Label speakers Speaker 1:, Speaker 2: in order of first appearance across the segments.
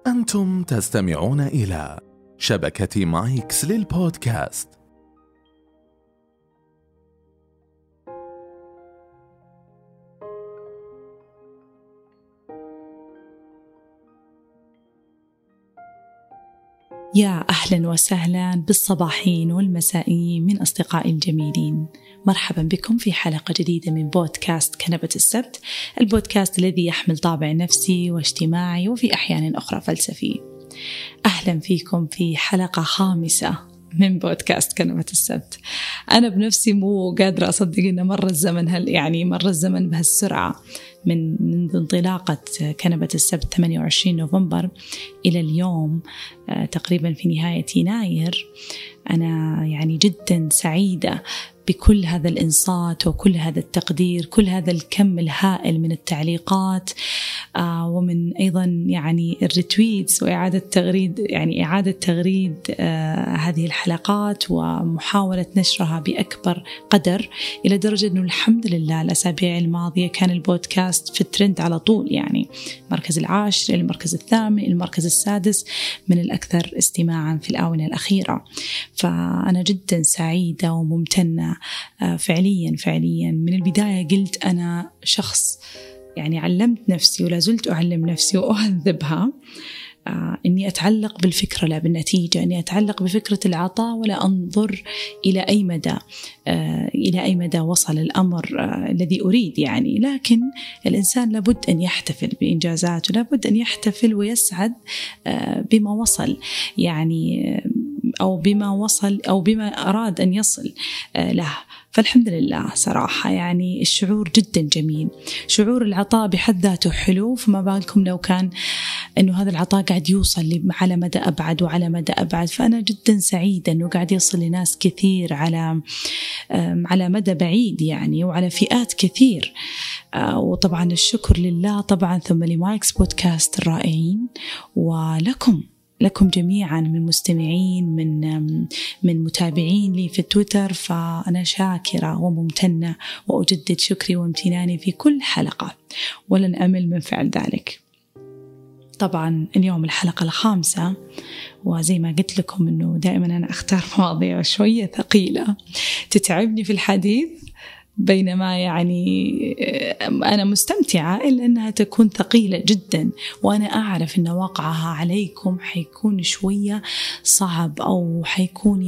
Speaker 1: أنتم تستمعون إلى شبكة مايكس للبودكاست.
Speaker 2: يا أهلا وسهلا بالصباحين والمسائيين من أصدقائي الجميلين. مرحبا بكم في حلقة جديدة من بودكاست كنبة السبت، البودكاست الذي يحمل طابع نفسي واجتماعي وفي أحيان أخرى فلسفي. أهلا فيكم في حلقة خامسة من بودكاست كنبة السبت. أنا بنفسي مو قادرة أصدق إن مر الزمن بهالسرعة منذ انطلاقة كنبة السبت 28 نوفمبر إلى اليوم تقريبا في نهاية يناير. أنا جدا سعيدة بكل هذا الإنصات وكل هذا التقدير، كل هذا الكم الهائل من التعليقات ومن أيضا الريتويتس وإعادة تغريد هذه الحلقات ومحاولة نشرها بأكبر قدر، إلى درجة أنه الحمد لله الأسابيع الماضية كان البودكاست في الترند على طول، المركز العاشر، المركز الثامن، المركز السادس من الأكثر استماعا في الآونة الأخيرة. فأنا جدا سعيدة وممتنة فعليا. من البداية قلت أنا شخص علمت نفسي ولا زلت أعلم نفسي وأهذبها إني أتعلق بالفكرة لا بالنتيجة، إني أتعلق بفكرة العطاء ولا أنظر إلى أي مدى وصل الأمر الذي أريد. لكن الإنسان لابد أن يحتفل بإنجازاته، لابد أن يحتفل ويسعد بما وصل أو بما أراد أن يصل له. فالحمد لله صراحة الشعور جدا جميل، شعور العطاء بحد ذاته حلو، فما بالكم لو كان أنه هذا العطاء قاعد يوصل على مدى أبعد وعلى مدى أبعد. فأنا جدا سعيدة أنه قاعد يصل لناس كثير على مدى بعيد وعلى فئات كثير. وطبعا الشكر لله طبعا، ثم لمايكس بودكاست الرائعين، ولكم جميعا من مستمعين من متابعين لي في تويتر. فأنا شاكرة وممتنة وأجدد شكري وامتناني في كل حلقة، ولن أمل من فعل ذلك. طبعا اليوم الحلقة الخامسة، وزي ما قلت لكم أنه دائما أنا أختار مواضيع شوية ثقيلة تتعبني في الحديث، بينما أنا مستمتعة، إلا أنها تكون ثقيلة جدا، وأنا أعرف أن واقعها عليكم حيكون شوية صعب، أو حيكون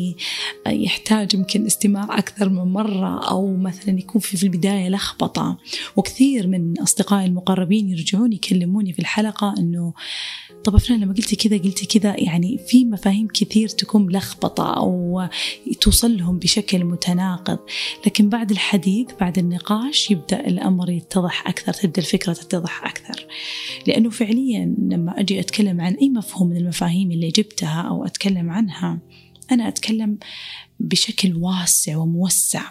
Speaker 2: يحتاج يمكن استماع أكثر من مرة، أو مثلا يكون في البداية لخبطة. وكثير من أصدقائي المقربين يرجعون يكلموني في الحلقة أنه طب فلان لما قلتي كذا في مفاهيم كثير تكون لخبطة أو توصل لهم بشكل متناقض. لكن بعد الحديث، بعد النقاش، يبدأ الأمر يتضح أكثر، تبدأ الفكرة تتضح أكثر. لأنه فعليا لما أجي أتكلم عن أي مفهوم من المفاهيم اللي جبتها أو أتكلم عنها، أنا أتكلم بشكل واسع وموسع.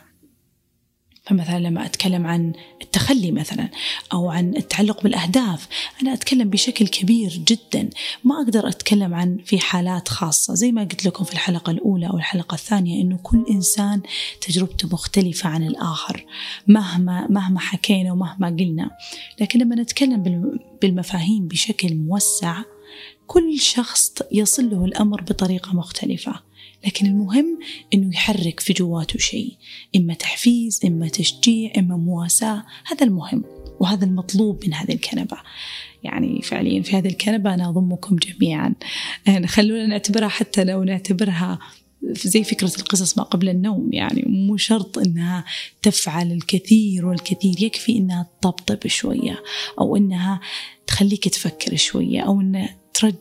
Speaker 2: فمثلا لما أتكلم عن التخلي مثلا، أو عن التعلق بالأهداف، أنا أتكلم بشكل كبير جدا، ما أقدر أتكلم عن في حالات خاصة. زي ما قلت لكم في الحلقة الأولى أو الحلقة الثانية، إنه كل إنسان تجربته مختلفة عن الآخر مهما حكينا ومهما قلنا. لكن لما نتكلم بالمفاهيم بشكل موسع، كل شخص يصل له الأمر بطريقة مختلفة. لكن المهم إنه يحرك في جواته شيء، إما تحفيز، إما تشجيع، إما مواساة. هذا المهم وهذا المطلوب من هذه الكنبة. فعليا في هذه الكنبة أنا أضمكم جميعا. خلونا نعتبرها، حتى لو نعتبرها زي فكرة القصص ما قبل النوم، مو شرط إنها تفعل الكثير والكثير، يكفي إنها تطبطب شوية، أو إنها تخليك تفكر شوية، أو إنها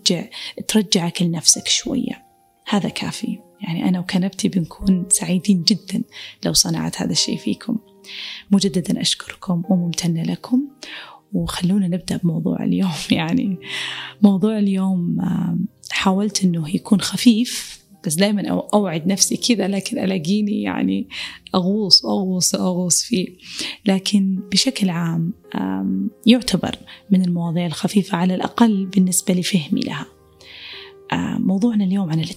Speaker 2: ترجعك لنفسك شوية. هذا كافي. أنا وكنبتي بنكون سعيدين جدا لو صنعت هذا الشيء فيكم. مجددا أشكركم وممتنة لكم، وخلونا نبدأ بموضوع اليوم. موضوع اليوم حاولت أنه يكون خفيف، بس دائما أوعد نفسي كذا، لكن ألاقيني أغوص فيه. لكن بشكل عام يعتبر من المواضيع الخفيفة على الأقل بالنسبة لفهمي لها. موضوعنا اليوم عن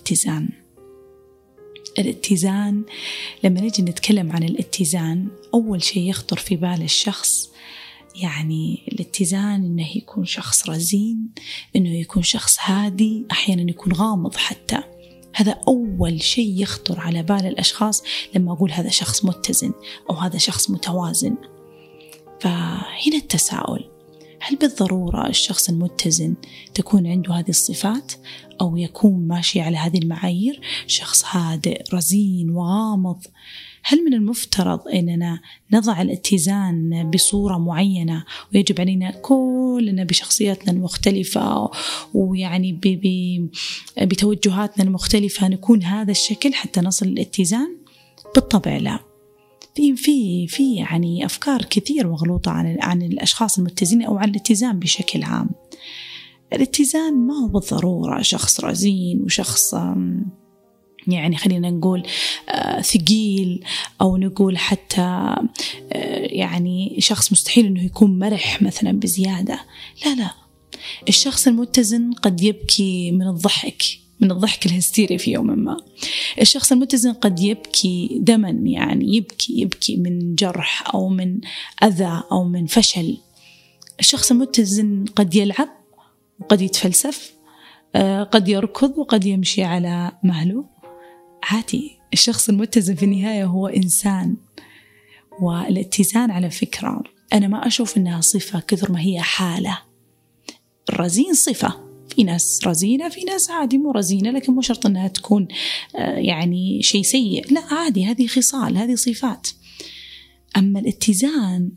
Speaker 2: الاتزان. لما نجي نتكلم عن الاتزان، أول شيء يخطر في بال الشخص يعني الاتزان إنه يكون شخص رزين، إنه يكون شخص هادي، أحيانا يكون غامض حتى. هذا أول شيء يخطر على بال الأشخاص لما أقول هذا شخص متزن أو هذا شخص متوازن. فهنا التساؤل، هل بالضرورة الشخص المتزن تكون عنده هذه الصفات أو يكون ماشي على هذه المعايير؟ شخص هادئ رزين وغامض. هل من المفترض أننا نضع الاتزان بصورة معينة ويجب علينا كلنا بشخصياتنا المختلفة ويعني بتوجهاتنا المختلفة نكون هذا الشكل حتى نصل للاتزان؟ بالطبع لا. في يعني أفكار كثير مغلوطة عن الأشخاص المتزنين أو عن الاتزان بشكل عام. الاتزان ما هو بالضرورة شخص رزين وشخص يعني خلينا نقول ثقيل، أو نقول حتى يعني شخص مستحيل أنه يكون مرح مثلا بزيادة. لا، الشخص المتزن قد يبكي من الضحك الهستيري في يوم ما. الشخص المتزن قد يبكي دما، يعني يبكي من جرح أو من أذى أو من فشل. الشخص المتزن قد يلعب وقد يتفلسف، قد يركض وقد يمشي على مهله، عادي. الشخص المتزن في النهاية هو إنسان. والاتزان على فكرة أنا ما أشوف أنها صفة كثر ما هي حالة. الرزين صفة، في ناس رزينة، في ناس عادي مو رزينة، لكن مو شرط أنها تكون يعني شيء سيء، لا عادي، هذه خصال، هذه صفات. أما الاتزان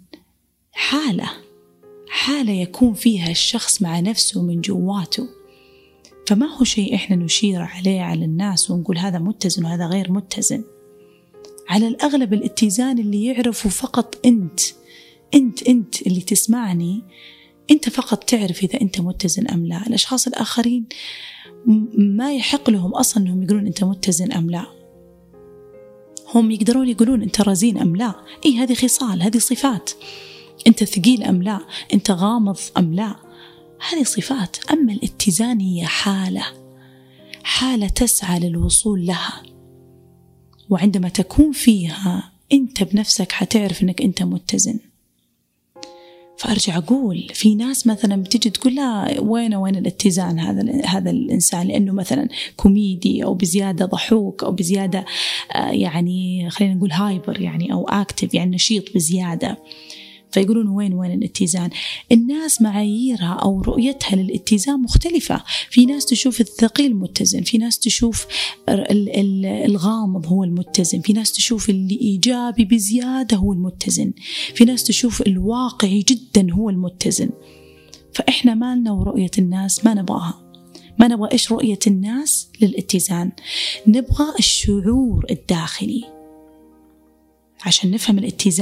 Speaker 2: حالة يكون فيها الشخص مع نفسه من جواته، فما هو شيء إحنا نشير عليه على الناس ونقول هذا متزن وهذا غير متزن. على الأغلب الاتزان اللي يعرفه فقط أنت اللي تسمعني، أنت فقط تعرف إذا أنت متزن أم لا. الأشخاص الآخرين ما يحق لهم أصلا أنهم يقولون أنت متزن أم لا. هم يقدرون يقولون أنت رزين أم لا، هذه خصال، هذه صفات. أنت ثقيل أم لا، أنت غامض أم لا، هذه صفات. أما الاتزان هي حالة تسعى للوصول لها، وعندما تكون فيها أنت بنفسك حتعرف أنك أنت متزن. فأرجع أقول في ناس مثلا بتيجي تقول لا وين الاتزان هذا الإنسان، لأنه مثلا كوميدي أو بزيادة ضحوك أو بزيادة يعني خلينا نقول هايبر يعني أو أكتف يعني نشيط بزيادة، فيقولون وين الاتزان. الناس معاييرها أو رؤيتها للاتزان مختلفة. في ناس تشوف الثقيل متزن، في ناس تشوف الغامض هو المتزن، في ناس تشوف اللي إيجابي بزيادة هو المتزن، في ناس تشوف الواقعي جدا هو المتزن. فإحنا ما لنا ورؤية الناس ما نبغى إيش رؤية الناس للاتزان، نبغى الشعور الداخلي. عشان نفهم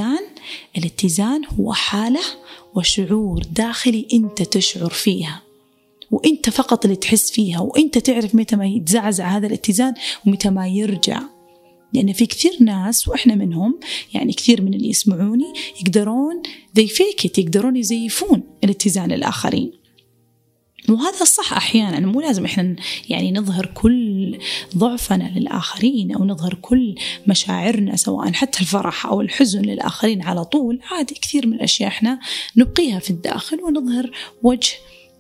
Speaker 2: الاتزان هو حالة وشعور داخلي أنت تشعر فيها، وأنت فقط اللي تحس فيها، وأنت تعرف متى ما يتزعزع هذا الاتزان ومتى ما يرجع. لأن في كثير ناس وإحنا منهم، يعني كثير من اللي يسمعوني يقدرون يقدرون يزيفون الاتزان الآخرين، وهذا الصح أحيانا. مو لازم إحنا يعني نظهر كل ضعفنا للآخرين أو نظهر كل مشاعرنا سواء حتى الفرح أو الحزن للآخرين على طول. عادي كثير من الأشياء إحنا نبقيها في الداخل ونظهر وجه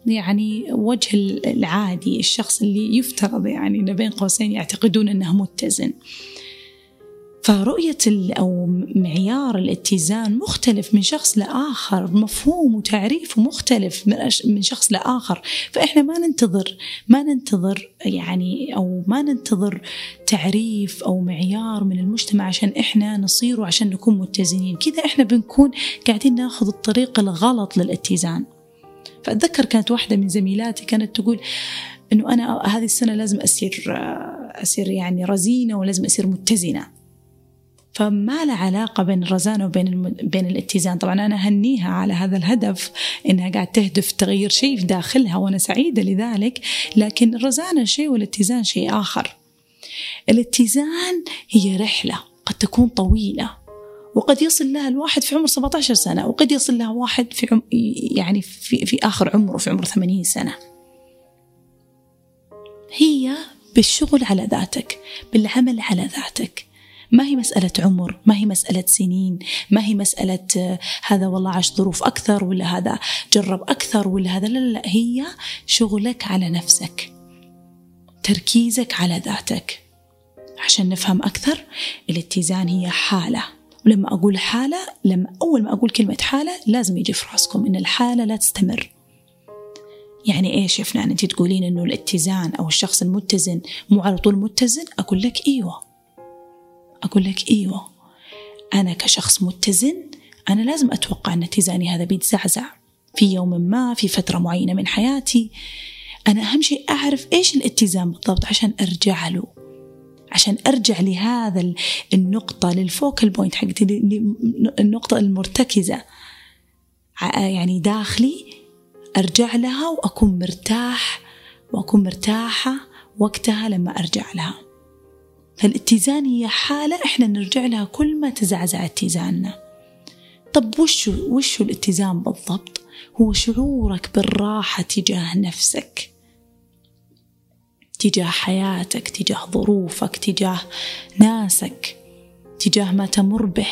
Speaker 2: العادي، الشخص اللي يفترض يعني بين قوسين يعتقدون أنه متزن. فرؤية أو معيار الاتزان مختلف من شخص لآخر، مفهوم وتعريفه مختلف من شخص لآخر. فإحنا ما ننتظر يعني أو ما ننتظر تعريف أو معيار من المجتمع عشان إحنا نصير وعشان نكون متزنين. كذا إحنا بنكون قاعدين ناخذ الطريق الغلط للاتزان. فأتذكر كانت واحدة من زميلاتي كانت تقول إنه أنا هذه السنة لازم أصير يعني رزينة ولازم أصير متزنة. فما له علاقة بين الرزانة وبين الاتزان. طبعا أنا أهنيها على هذا الهدف، إنها قاعد تهدف تغيير شيء في داخلها وأنا سعيدة لذلك، لكن الرزانة شيء والاتزان شيء آخر. الاتزان هي رحلة قد تكون طويلة، وقد يصل لها الواحد في عمر 17 سنة، وقد يصل لها واحد يعني في آخر عمره في عمر 80 سنة. هي بالشغل على ذاتك، بالعمل على ذاتك، ما هي مسألة عمر، ما هي مسألة سنين، ما هي مسألة هذا والله عاش ظروف أكثر ولا هذا جرب أكثر ولا هذا، لا، هي شغلك على نفسك، تركيزك على ذاتك. عشان نفهم أكثر، الاتزان هي حالة. ولما أقول حالة، أول ما أقول كلمة حالة لازم يجي في رأسكم إن الحالة لا تستمر. يعني إيش يا فنان أنت تقولين إنه الاتزان أو الشخص المتزن مو على طول متزن؟ أقول لك إيوه، أنا كشخص متزن أنا لازم أتوقع أن اتزاني هذا بيتزعزع في يوم ما، في فترة معينة من حياتي. أنا أهم شيء أعرف إيش الاتزان بالضبط عشان أرجع له، عشان أرجع لهذا النقطة، للفوكال بوينت حقتي، النقطة المرتكزة يعني داخلي، أرجع لها وأكون مرتاح وأكون مرتاحة وقتها لما أرجع لها. فالاتزان هي حالة إحنا نرجع لها كل ما تزعزع اتزاننا. طب وشو الاتزان بالضبط؟ هو شعورك بالراحة تجاه نفسك، تجاه حياتك، تجاه ظروفك، تجاه ناسك، تجاه ما تمر به.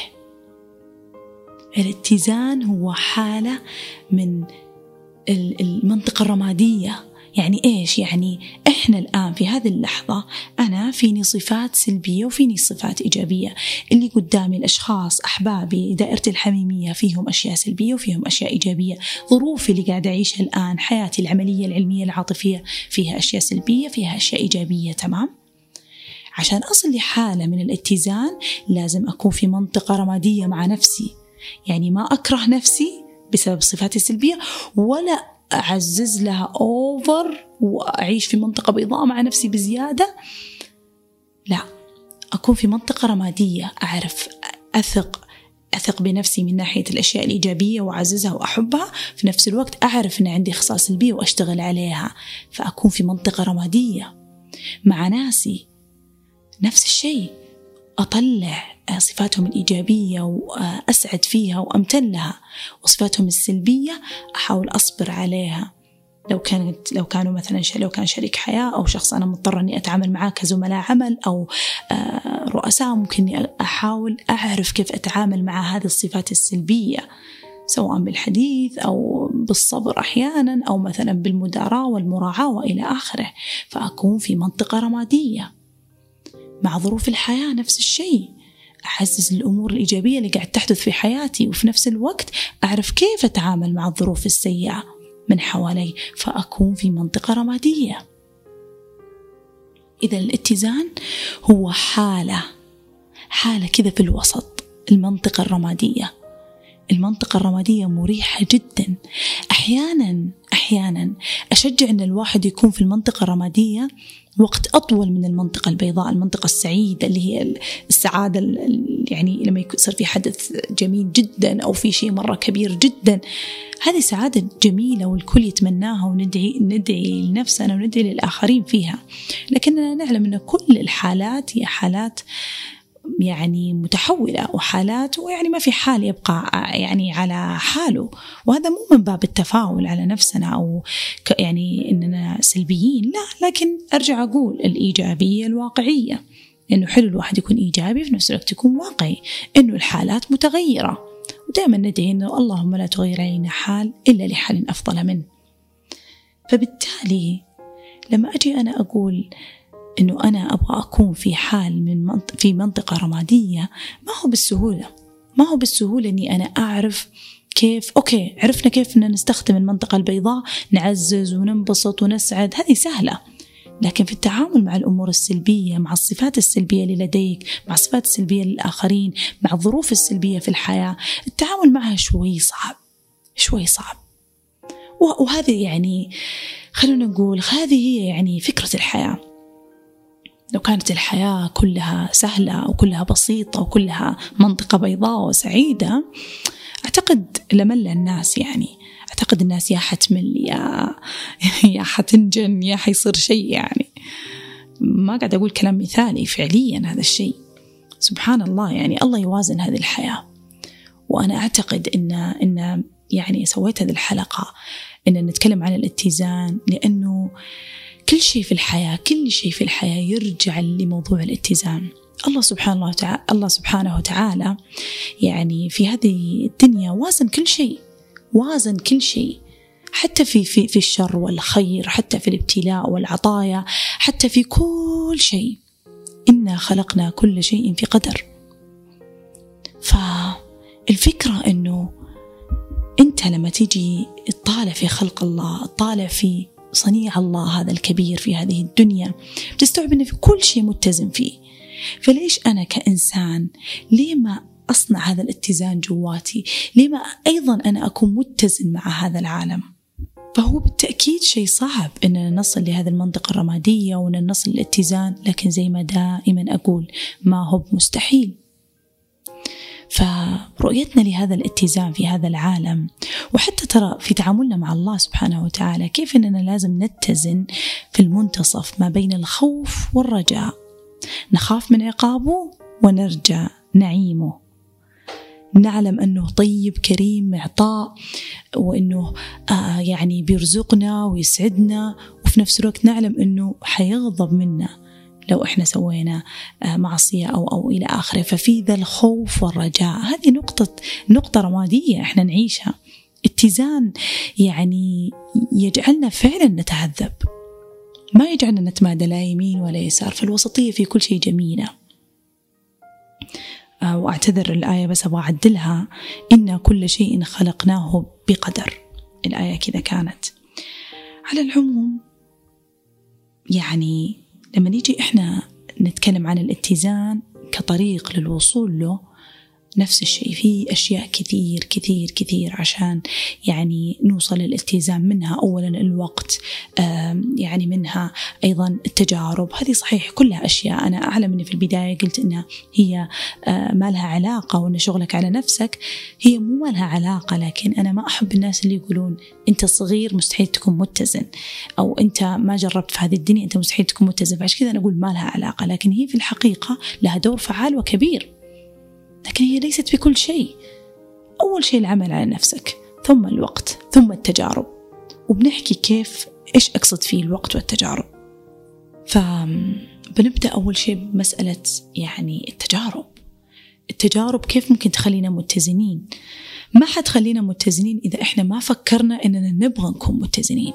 Speaker 2: الاتزان هو حالة من المنطقة الرمادية. يعني إيش؟ يعني إحنا الآن في هذه اللحظة أنا فيني صفات سلبية وفيني صفات إيجابية. اللي قدامي الأشخاص أحبابي، دائرتي الحميمية، فيهم أشياء سلبية وفيهم أشياء إيجابية. ظروفي اللي قاعدة أعيشها الآن، حياتي العملية العلمية العاطفية، فيها أشياء سلبية فيها أشياء إيجابية. تمام؟ عشان أصل لحالة من الاتزان لازم أكون في منطقة رمادية مع نفسي. يعني ما أكره نفسي بسبب صفاتي السلبية، ولا أعزز لها أوفر وأعيش في منطقة بيضاء مع نفسي بزيادة. لا، أكون في منطقة رمادية، أعرف أثق بنفسي من ناحية الأشياء الإيجابية وأعززها وأحبها، في نفس الوقت أعرف أن عندي خصائص سلبية وأشتغل عليها. فأكون في منطقة رمادية. مع ناسي نفس الشيء، أطلع صفاتهم الإيجابية وأسعد فيها وأمتن لها، وصفاتهم السلبية أحاول أصبر عليها. لو كانوا مثلا لو كان شريك حياة أو شخص أنا مضطر أني أتعامل معاه كزملاء عمل أو رؤساء، ممكن أحاول أعرف كيف أتعامل مع هذه الصفات السلبية، سواء بالحديث أو بالصبر أحيانا، أو مثلا بالمداراة والمراعاة وإلى آخره. فأكون في منطقة رمادية. مع ظروف الحياة نفس الشيء، أعزز الأمور الإيجابية اللي قاعد تحدث في حياتي، وفي نفس الوقت أعرف كيف أتعامل مع الظروف السيئة من حوالي، فأكون في منطقة رمادية. إذا الاتزان هو حالة كذا في الوسط. المنطقة الرمادية مريحة جدا. أحيانا أشجع أن الواحد يكون في المنطقة الرمادية وقت أطول من المنطقة البيضاء، المنطقة السعيدة اللي هي السعادة، يعني لما يصير في حدث جميل جدا أو في شيء مرة كبير جدا، هذه سعادة جميلة والكل يتمناها، وندعي لنفسنا وندعي للآخرين فيها. لكننا نعلم أن كل الحالات هي حالات يعني متحولة، وحالات ويعني ما في حال يبقى يعني على حاله. وهذا مو من باب التفاؤل على نفسنا أو يعني إننا سلبيين، لا، لكن أرجع أقول الإيجابية الواقعية، إنه حلو الواحد يكون إيجابي في نفس الوقت يكون واقعي، إنه الحالات متغيرة، ودائما ندعي إنه اللهم لا تغير علينا حال إلا لحال أفضل منه. فبالتالي لما أجي أنا أقول إنه أنا أبغى أكون في حال في منطقة رمادية، ما هو بالسهولة إني أنا أعرف كيف. أوكي، عرفنا كيف نستخدم المنطقة البيضاء، نعزز وننبسط ونسعد، هذه سهلة. لكن في التعامل مع الأمور السلبية، مع الصفات السلبية اللي لديك، مع الصفات السلبية للآخرين، مع الظروف السلبية في الحياة، التعامل معها شوي صعب. وهذه يعني خلونا نقول هذه هي يعني فكرة الحياة. لو كانت الحياة كلها سهلة وكلها بسيطة وكلها منطقة بيضاء وسعيدة، أعتقد لمل الناس. يعني أعتقد الناس يا حتمل يا حتنجن يا حيصير شيء. يعني ما قاعد أقول كلام مثالي، فعليا هذا الشيء سبحان الله، يعني الله يوازن هذه الحياة. وأنا أعتقد إن يعني سويت هذه الحلقة إن نتكلم عن الاتزان، لأنه كل شيء في الحياة يرجع لموضوع الاتزان. الله سبحانه وتعالى يعني في هذه الدنيا وازن كل شيء، حتى في الشر والخير، حتى في الابتلاء والعطايا، حتى في كل شيء. إنا خلقنا كل شيء في قدر. فالفكرة إنه أنت لما تيجي تطالع في خلق الله، تطالع في صنيع الله هذا الكبير في هذه الدنيا، بتستوعب إن في كل شيء متزن فيه. فليش أنا كإنسان ليه ما أصنع هذا الاتزان جواتي؟ ليه ما أيضا أنا أكون متزن مع هذا العالم؟ فهو بالتأكيد شيء صعب إننا نصل لهذه المنطقة الرمادية وإن نصل للاتزان، لكن زي ما دائما أقول ما هو مستحيل. فرؤيتنا لهذا الاتزان في هذا العالم، وحتى ترى في تعاملنا مع الله سبحانه وتعالى، كيف إننا لازم نتزن في المنتصف ما بين الخوف والرجاء. نخاف من عقابه ونرجع نعيمه، نعلم أنه طيب كريم معطاء، وأنه يعني بيرزقنا ويسعدنا، وفي نفس الوقت نعلم أنه حيغضب منا لو إحنا سوينا معصية أو إلى آخره. ففي ذا الخوف والرجاء، هذه نقطة رمادية إحنا نعيشها. اتزان يعني يجعلنا فعلا نتهذب، ما يجعلنا نتمادى لا يمين ولا يسار. فالوسطية في كل شيء جميلة. وأعتذر الآية بس أبغى أعدلها، إن كل شيء خلقناه بقدر. الآية كذا كانت. على العموم يعني لما نيجي إحنا نتكلم عن الاتزان كطريق للوصول له، نفس الشيء، في أشياء كثير كثير كثير عشان يعني نوصل للالتزام. منها أولا الوقت، يعني منها أيضا التجارب. هذه صحيح كلها أشياء أنا أعلم أني في البداية قلت إنها هي ما لها علاقة، وأن شغلك على نفسك هي مو ما لها علاقة. لكن أنا ما أحب الناس اللي يقولون أنت صغير مستحيل تكون متزن، أو أنت ما جربت في هذه الدنيا أنت مستحيل تكون متزن. فعشان كذا أنا أقول ما لها علاقة، لكن هي في الحقيقة لها دور فعال وكبير. لكن هي ليست بكل شيء. أول شيء العمل على نفسك، ثم الوقت، ثم التجارب. وبنحكي كيف إيش أقصد فيه الوقت والتجارب. فبنبدأ أول شيء بمسألة يعني التجارب كيف ممكن تخلينا متزنين. ما حتخلينا متزنين إذا إحنا ما فكرنا إننا نبغى نكون متزنين.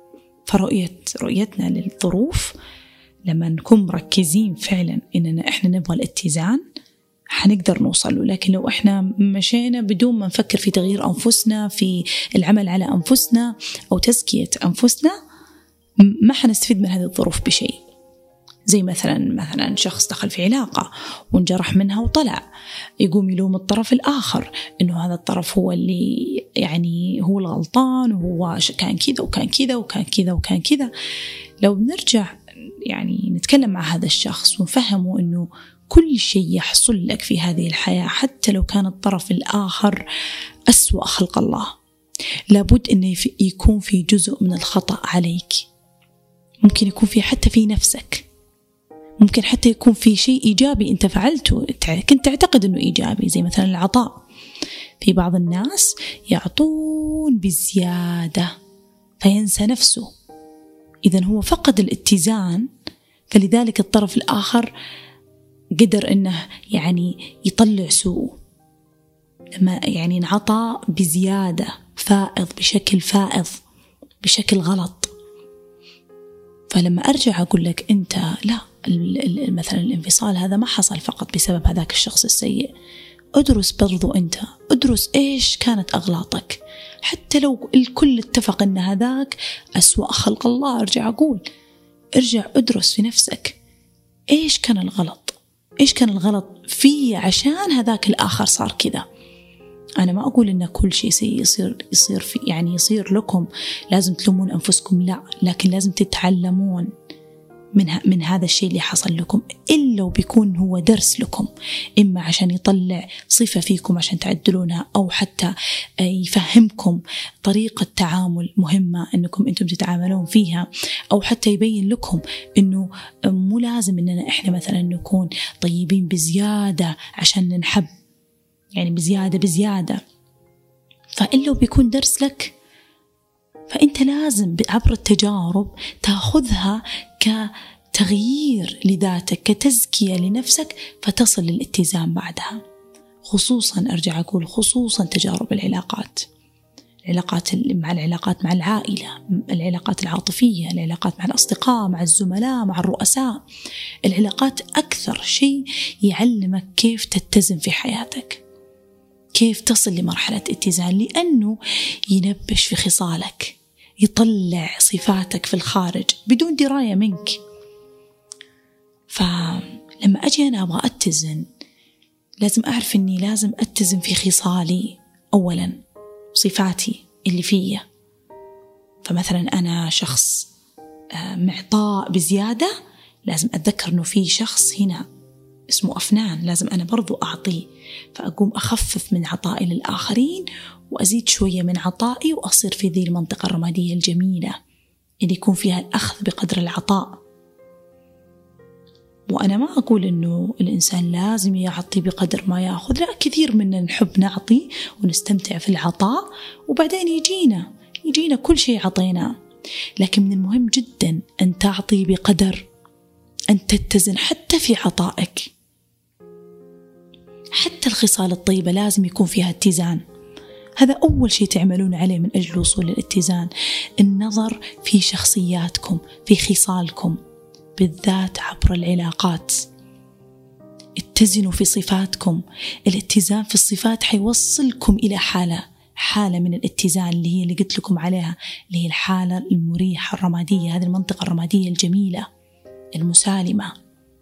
Speaker 2: فرؤيتنا للظروف لما نكون مركزين فعلا إننا إحنا نبغى الاتزان حنقدر نوصله. لكن لو إحنا مشينا بدون ما نفكر في تغيير أنفسنا، في العمل على أنفسنا أو تزكية أنفسنا، ما حنستفيد من هذه الظروف بشيء. زي مثلا شخص دخل في علاقة وانجرح منها وطلع، يقوم يلوم الطرف الآخر إنه هذا الطرف هو اللي يعني هو الغلطان، وهو كان كذا وكان كذا وكان كذا وكان كذا. لو نرجع يعني نتكلم مع هذا الشخص ونفهمه إنه كل شيء يحصل لك في هذه الحياة، حتى لو كان الطرف الآخر أسوأ خلق الله، لابد أن يكون في جزء من الخطأ عليك. ممكن يكون في حتى في نفسك، ممكن حتى يكون في شيء إيجابي أنت فعلته كنت تعتقد أنه إيجابي، زي مثلا العطاء. في بعض الناس يعطون بزيادة فينسى نفسه، إذن هو فقد الاتزان، فلذلك الطرف الآخر قدر إنه يعني يطلع سوء. لما يعني انعطى بزيادة، بشكل فائض، بشكل غلط. فلما أرجع أقول لك أنت لا، مثلا الانفصال هذا ما حصل فقط بسبب هذاك الشخص السيء. أدرس برضو أنت، أدرس إيش كانت أغلاطك. حتى لو الكل اتفق أن هذاك أسوأ خلق الله، ارجع أدرس في نفسك إيش كان الغلط فيه عشان هذاك الآخر صار كذا. أنا ما أقول إن كل شيء يصير في يعني يصير لكم لازم تلومون أنفسكم، لا، لكن لازم تتعلمون من هذا الشيء اللي حصل لكم، إلا وبيكون هو درس لكم، إما عشان يطلع صفة فيكم عشان تعدلونها، أو حتى يفهمكم طريقة تعامل مهمة أنكم أنتم تتعاملون فيها، أو حتى يبين لكم أنه مو لازم أننا إحنا مثلا نكون طيبين بزيادة عشان ننحب، يعني بزيادة. فإلا وبيكون درس لك. فأنت لازم عبر التجارب تأخذها كتغيير لذاتك، كتزكية لنفسك، فتصل للاتزان بعدها. خصوصا أرجع أقول خصوصا تجارب العلاقات مع العلاقات مع العائلة، العلاقات العاطفية، العلاقات مع الأصدقاء، مع الزملاء، مع الرؤساء. العلاقات أكثر شيء يعلمك كيف تتزن في حياتك، كيف تصل لمرحلة اتزان، لأنه ينبش في خصالك، يطلع صفاتك في الخارج بدون دراية منك. فلما أجي أنا أبغى أتزن، لازم أعرف أني لازم أتزن في خصالي أولا، صفاتي اللي فيا. فمثلا أنا شخص معطاء بزيادة، لازم أتذكر أنه في شخص هنا اسمه أفنان، لازم أنا برضو أعطيه، فأقوم أخفف من عطائي للآخرين وأزيد شوية من عطائي، وأصير في ذي المنطقة الرمادية الجميلة اللي يكون فيها الأخذ بقدر العطاء. وأنا ما أقول أنه الإنسان لازم يعطي بقدر ما يأخذ، لا، كثير مننا نحب نعطي ونستمتع في العطاء، وبعدين يجينا كل شيء عطيناه. لكن من المهم جدا أن تعطي بقدر، أن تتزن حتى في عطائك. حتى الخصال الطيبة لازم يكون فيها اتزان. هذا أول شيء تعملون عليه من أجل الوصول للاتزان، النظر في شخصياتكم، في خصالكم، بالذات عبر العلاقات. اتزنوا في صفاتكم. الاتزان في الصفات حيوصلكم إلى حالة من الاتزان اللي قلت لكم عليها، اللي هي الحالة المريحة الرمادية، هذه المنطقة الرمادية الجميلة المسالمة.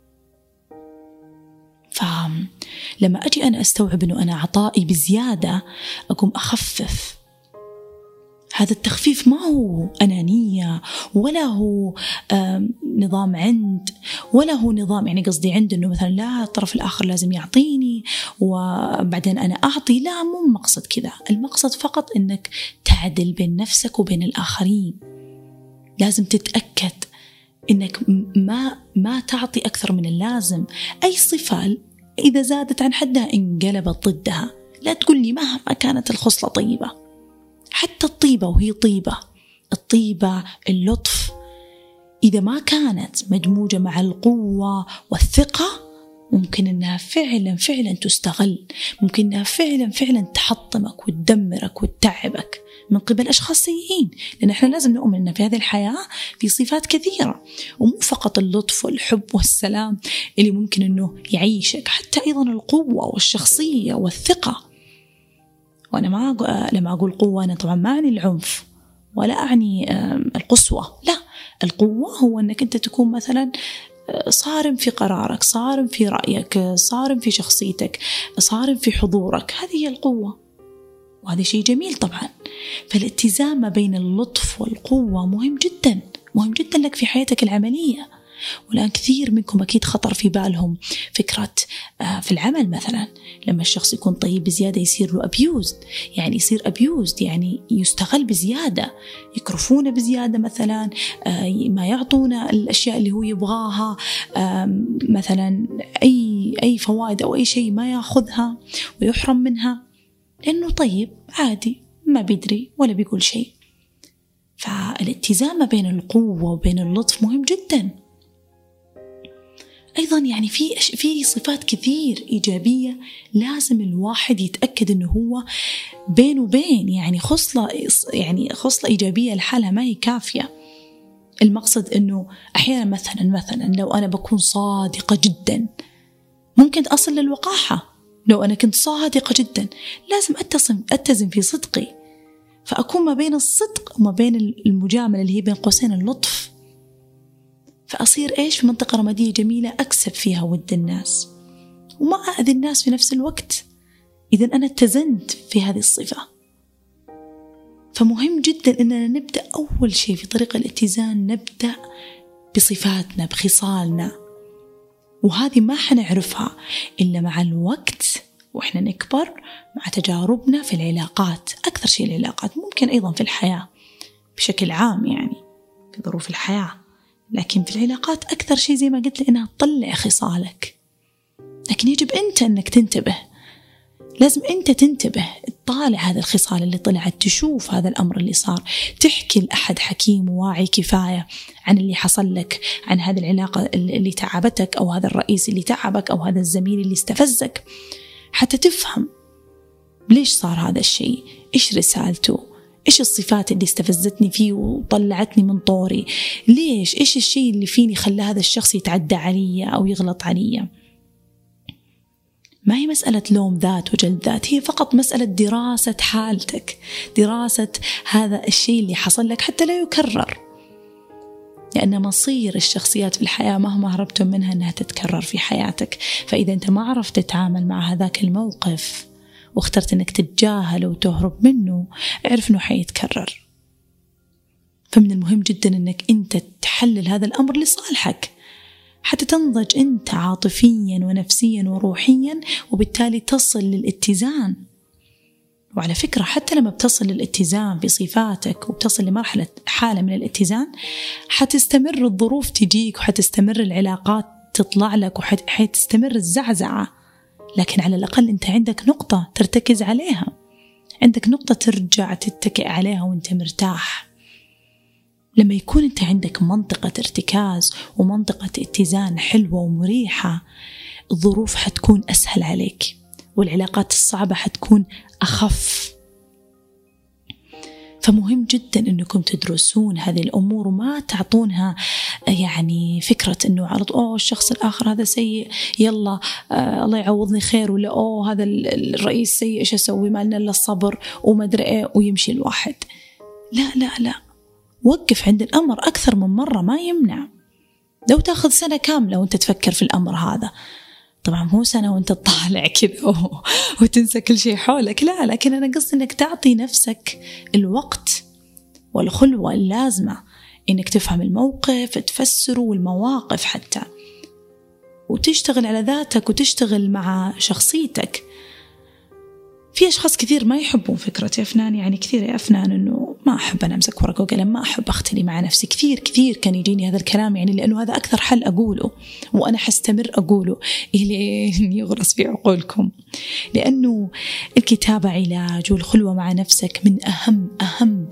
Speaker 2: فلما أجي أنا أستوعب أنه أنا عطائي بزيادة، أقوم أخفف. هذا التخفيف ما هو أنانية، ولا هو نظام عند، ولا هو نظام يعني قصدي عند أنه مثلا لا الطرف الآخر لازم يعطيني وبعدين أنا أعطي. لا، مو مقصد كذا. المقصد فقط أنك تعدل بين نفسك وبين الآخرين. لازم تتأكد أنك ما تعطي أكثر من اللازم. أي صفة إذا زادت عن حدها انقلبت ضدها. لا تقول لي مهما كانت الخصلة طيبة، حتى الطيبة وهي الطيبة اللطف إذا ما كانت مدموجة مع القوة والثقة، ممكن أنها فعلا تستغل، ممكن أنها فعلا تحطمك وتدمرك وتتعبك من قبل أشخاص سيئين. لأن إحنا لازم نؤمن أن في هذه الحياة في صفات كثيرة، ومو فقط اللطف والحب والسلام اللي ممكن أنه يعيشك، حتى أيضا القوة والشخصية والثقة. وأنا لما أقول قوة أنا طبعا ما أعني العنف ولا أعني القسوة، لا. القوة هو أنك أنت تكون مثلا صارم في قرارك، صارم في رأيك، صارم في شخصيتك، صارم في حضورك. هذه هي القوة، وهذا شيء جميل طبعا. فالاتزان ما بين اللطف والقوة مهم جدا لك في حياتك العملية. والآن كثير منكم أكيد خطر في بالهم فكرة في العمل مثلا لما الشخص يكون طيب بزيادة يصير له أبيوزد، يعني يستغل بزيادة، يكرفونه بزيادة مثلا، ما يعطونه الأشياء اللي هو يبغاها، مثلا أي فوائد أو أي شيء ما يأخذها ويحرم منها لأنه طيب عادي ما بيدري ولا بيقول شيء. فالاتزان ما بين القوة وبين اللطف مهم جدا. أيضا يعني في صفات كثير إيجابية لازم الواحد يتأكد أنه هو بين وبين، يعني خصلة إيجابية لحالها ما هي كافية. المقصد أنه أحيانا مثلا لو أنا بكون صادقة جدا ممكن أصل للوقاحة. لو أنا كنت صادقة جدا لازم أتزن في صدقي، فأكون ما بين الصدق وما بين المجاملة اللي هي بين قوسين اللطف، فأصير في منطقة رمادية جميلة أكسب فيها ود الناس وما أأذي الناس في نفس الوقت. إذا أنا اتزنت في هذه الصفة. فمهم جدا أننا نبدأ أول شيء في طريق الاتزان، نبدأ بصفاتنا بخصالنا، وهذه ما حنعرفها إلا مع الوقت وإحنا نكبر، مع تجاربنا في العلاقات. أكثر شيء العلاقات، ممكن أيضا في الحياة بشكل عام، يعني في ظروف الحياة، لكن في العلاقات أكثر شيء زي ما قلت لأنها تطلع خصالك. لكن يجب أنت أنك تنتبه، لازم أنت تنتبه، تطالع هذا الخصال اللي طلعت، تشوف هذا الأمر اللي صار، تحكي لأحد حكيم وواعي كفاية عن اللي حصل لك، عن هذه العلاقة اللي تعبتك، أو هذا الرئيس اللي تعبك، أو هذا الزميل اللي استفزك، حتى تفهم ليش صار هذا الشيء، إيش رسالته، إيش الصفات اللي استفزتني فيه وطلعتني من طوري، ليش، إيش الشيء اللي فيني خلى هذا الشخص يتعدى علي أو يغلط علي. ما هي مسألة لوم ذات وجلد ذات، هي فقط مسألة دراسة حالتك، دراسة هذا الشيء اللي حصل لك حتى لا يكرر، لأن مصير الشخصيات في الحياة مهما هربتم منها أنها تتكرر في حياتك. فإذا أنت ما عرفت تتعامل مع هذاك الموقف واخترت أنك تتجاهله وتهرب منه، اعرف أنه حيتكرر. فمن المهم جدا أنك أنت تحلل هذا الأمر لصالحك، حتى تنضج أنت عاطفيا ونفسيا وروحيا، وبالتالي تصل للاتزان. وعلى فكرة حتى لما بتصل للاتزان بصفاتك وبتصل لمرحلة حالة من الاتزان، حتستمر الظروف تجيك، وحتستمر العلاقات تطلع لك، وحتستمر الزعزعة، لكن على الأقل أنت عندك نقطة ترتكز عليها، عندك نقطة ترجع تتكئ عليها وأنت مرتاح. لما يكون أنت عندك منطقة ارتكاز ومنطقة اتزان حلوة ومريحة، الظروف حتكون أسهل عليك، والعلاقات الصعبة حتكون أخف. فمهم جدا أنكم تدرسون هذه الأمور، وما تعطونها يعني فكرة أنه عرض الشخص الآخر هذا سيء، يلا الله يعوضني خير، ولا هذا الرئيس سيء، إيش أسوي، ما لنا إلا الصبر وما أدري إيه، ويمشي الواحد. لا لا لا، وقف عند الأمر أكثر من مرة، ما يمنع. لو تأخذ سنة كاملة وأنت تفكر في الأمر هذا، طبعا مو سنة وأنت تطالع كذا وتنسى كل شيء حولك، لا، لكن أنا قصدي أنك تعطي نفسك الوقت والخلوة اللازمة أنك تفهم الموقف، تفسره، والمواقف حتى، وتشتغل على ذاتك وتشتغل مع شخصيتك. في أشخاص كثير ما يحبون فكرة يا فنان، يعني كثير يا فنان أنه ما أحب أنا أمسك ورقة وقلم، ما أحب أختلي مع نفسي. كثير كان يجيني هذا الكلام، يعني لأنه هذا أكثر حل أقوله، وأنا حستمر أقوله إلين يغرس في عقولكم، لأنه الكتابة علاج، والخلوة مع نفسك من أهم